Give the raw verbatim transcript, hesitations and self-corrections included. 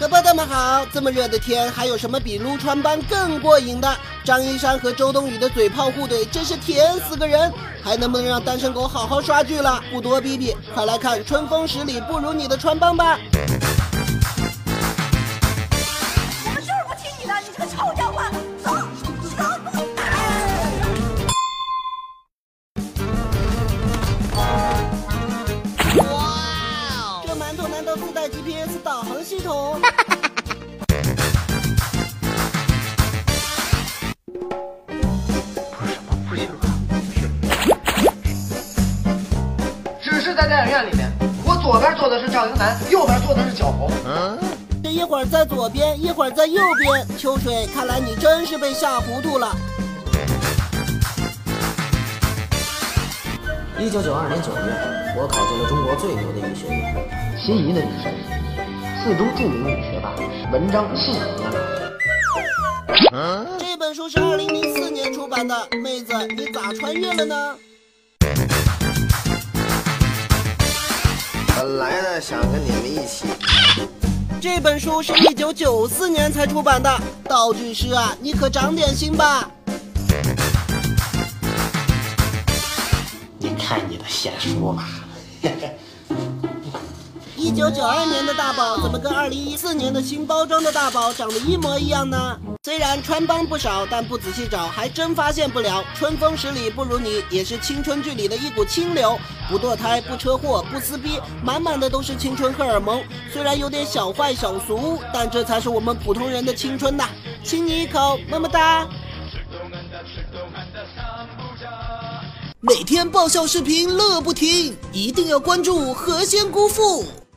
啵他们好，这么热的天，还有什么比撸穿帮更过瘾的？张一山和周冬雨的嘴炮互怼，真是甜死个人！还能不能让单身狗好好刷剧了？不多逼逼，快来看《春风十里不如你》的穿帮吧！ 我们就是不听你的，你这个臭家伙！走，走！ 哇，这馒头难道自带 G P S 导航系统？ 只是在电影院里面，我左边坐的是赵英男，右边坐的是小红。嗯， 这一会儿在左边，一会儿在右边。秋水，看来你真是被吓糊涂了。 一九九二年九月，我考进了中国最牛的医学院——心仪的女神，四中著名的女学霸，文章信娘。 嗯，这本书是二零零四年出版的，妹子，你咋穿越了呢？ 本来呢想跟你们一起。 这本书是一九九四年才出版的，道具师啊，你可长点心吧。 你看你的现书吧。 一九九二年的大宝怎么跟二零一四年的新包装的大宝长得一模一样呢？虽然穿帮不少，但不仔细找还真发现不了。春风十里不如你也是青春剧里的一股清流，不堕胎，不车祸，不撕逼，满满的都是青春荷尔蒙。虽然有点小坏小俗，但这才是我们普通人的青春呐！亲你一口，么么哒。每天爆笑视频乐不停，一定要关注何仙姑父。